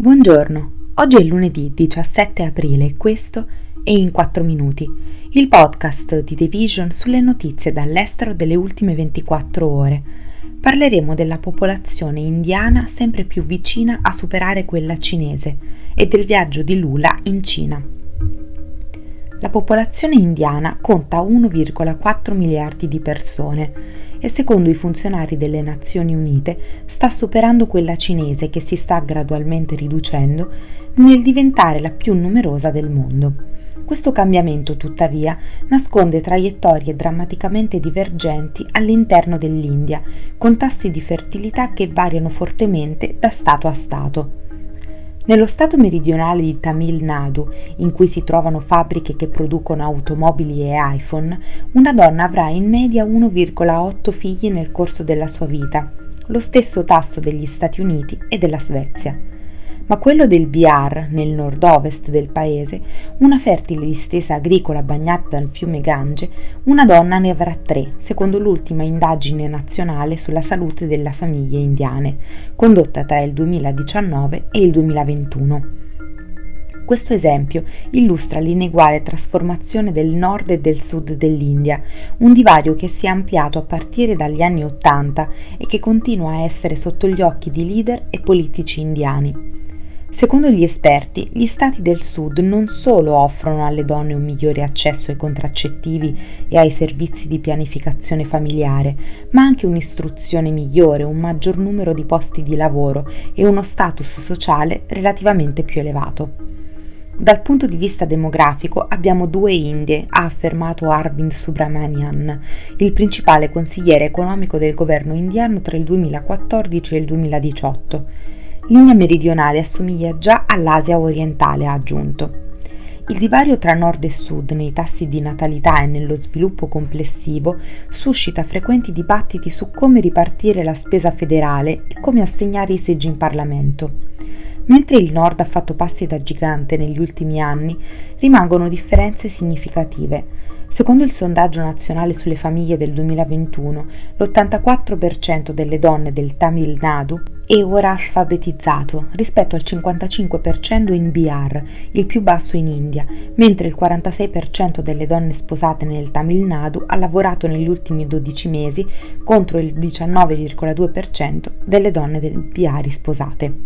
Buongiorno, oggi è lunedì 17 aprile e questo è In 4 Minuti, il podcast di The Vision sulle notizie dall'estero delle ultime 24 ore. Parleremo della popolazione indiana sempre più vicina a superare quella cinese e del viaggio di Lula in Cina. La popolazione indiana conta 1,4 miliardi di persone e secondo i funzionari delle Nazioni Unite sta superando quella cinese che si sta gradualmente riducendo nel diventare la più numerosa del mondo. Questo cambiamento, tuttavia, nasconde traiettorie drammaticamente divergenti all'interno dell'India, con tassi di fertilità che variano fortemente da stato a stato. Nello stato meridionale di Tamil Nadu, in cui si trovano fabbriche che producono automobili e iPhone, una donna avrà in media 1,8 figli nel corso della sua vita, lo stesso tasso degli Stati Uniti e della Svezia. Ma quello del Bihar, nel nord-ovest del paese, una fertile distesa agricola bagnata dal fiume Gange, una donna ne avrà 3, secondo l'ultima indagine nazionale sulla salute delle famiglie indiane, condotta tra il 2019 e il 2021. Questo esempio illustra l'ineguale trasformazione del nord e del sud dell'India, un divario che si è ampliato a partire dagli anni '80 e che continua a essere sotto gli occhi di leader e politici indiani. Secondo gli esperti, gli stati del sud non solo offrono alle donne un migliore accesso ai contraccettivi e ai servizi di pianificazione familiare, ma anche un'istruzione migliore, un maggior numero di posti di lavoro e uno status sociale relativamente più elevato. Dal punto di vista demografico abbiamo 2 Indie, ha affermato Arvind Subramanian, il principale consigliere economico del governo indiano tra il 2014 e il 2018. L'India meridionale assomiglia già all'Asia orientale, ha aggiunto. Il divario tra nord e sud nei tassi di natalità e nello sviluppo complessivo suscita frequenti dibattiti su come ripartire la spesa federale e come assegnare i seggi in Parlamento. Mentre il nord ha fatto passi da gigante negli ultimi anni, rimangono differenze significative. Secondo il sondaggio nazionale sulle famiglie del 2021, l'84% delle donne del Tamil Nadu è ora alfabetizzato, rispetto al 55% in Bihar, il più basso in India, mentre il 46% delle donne sposate nel Tamil Nadu ha lavorato negli ultimi 12 mesi contro il 19,2% delle donne del Bihar sposate.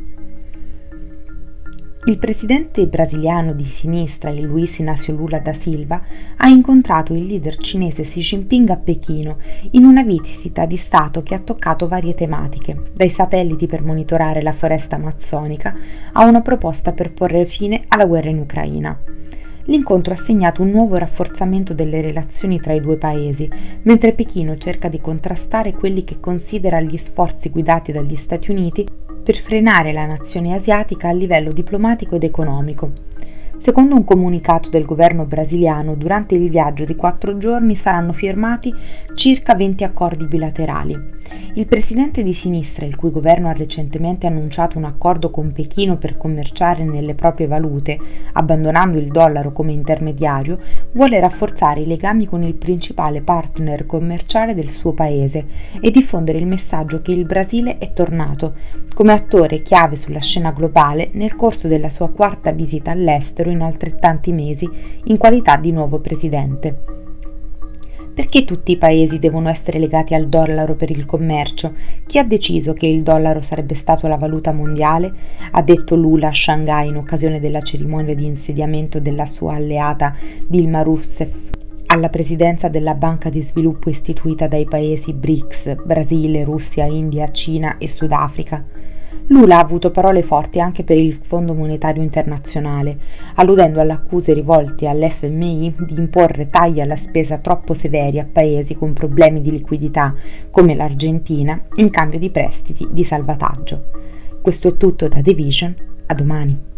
Il presidente brasiliano di sinistra, Luiz Inácio Lula da Silva, ha incontrato il leader cinese Xi Jinping a Pechino in una visita di Stato che ha toccato varie tematiche, dai satelliti per monitorare la foresta amazzonica a una proposta per porre fine alla guerra in Ucraina. L'incontro ha segnato un nuovo rafforzamento delle relazioni tra i due paesi, mentre Pechino cerca di contrastare quelli che considera gli sforzi guidati dagli Stati Uniti per frenare la nazione asiatica a livello diplomatico ed economico. Secondo un comunicato del governo brasiliano, durante il viaggio di 4 giorni saranno firmati circa 20 accordi bilaterali. Il presidente di sinistra, il cui governo ha recentemente annunciato un accordo con Pechino per commerciare nelle proprie valute, abbandonando il dollaro come intermediario, vuole rafforzare i legami con il principale partner commerciale del suo paese e diffondere il messaggio che il Brasile è tornato come attore chiave sulla scena globale nel corso della sua 4ª visita all'estero in altrettanti mesi in qualità di nuovo presidente. Perché tutti i paesi devono essere legati al dollaro per il commercio? Chi ha deciso che il dollaro sarebbe stato la valuta mondiale? Ha detto Lula a Shanghai in occasione della cerimonia di insediamento della sua alleata Dilma Rousseff alla presidenza della Banca di Sviluppo istituita dai paesi BRICS, Brasile, Russia, India, Cina e Sudafrica. Lula ha avuto parole forti anche per il Fondo Monetario Internazionale, alludendo alle accuse rivolte all'FMI di imporre tagli alla spesa troppo severi a paesi con problemi di liquidità, come l'Argentina, in cambio di prestiti di salvataggio. Questo è tutto da The Vision, a domani.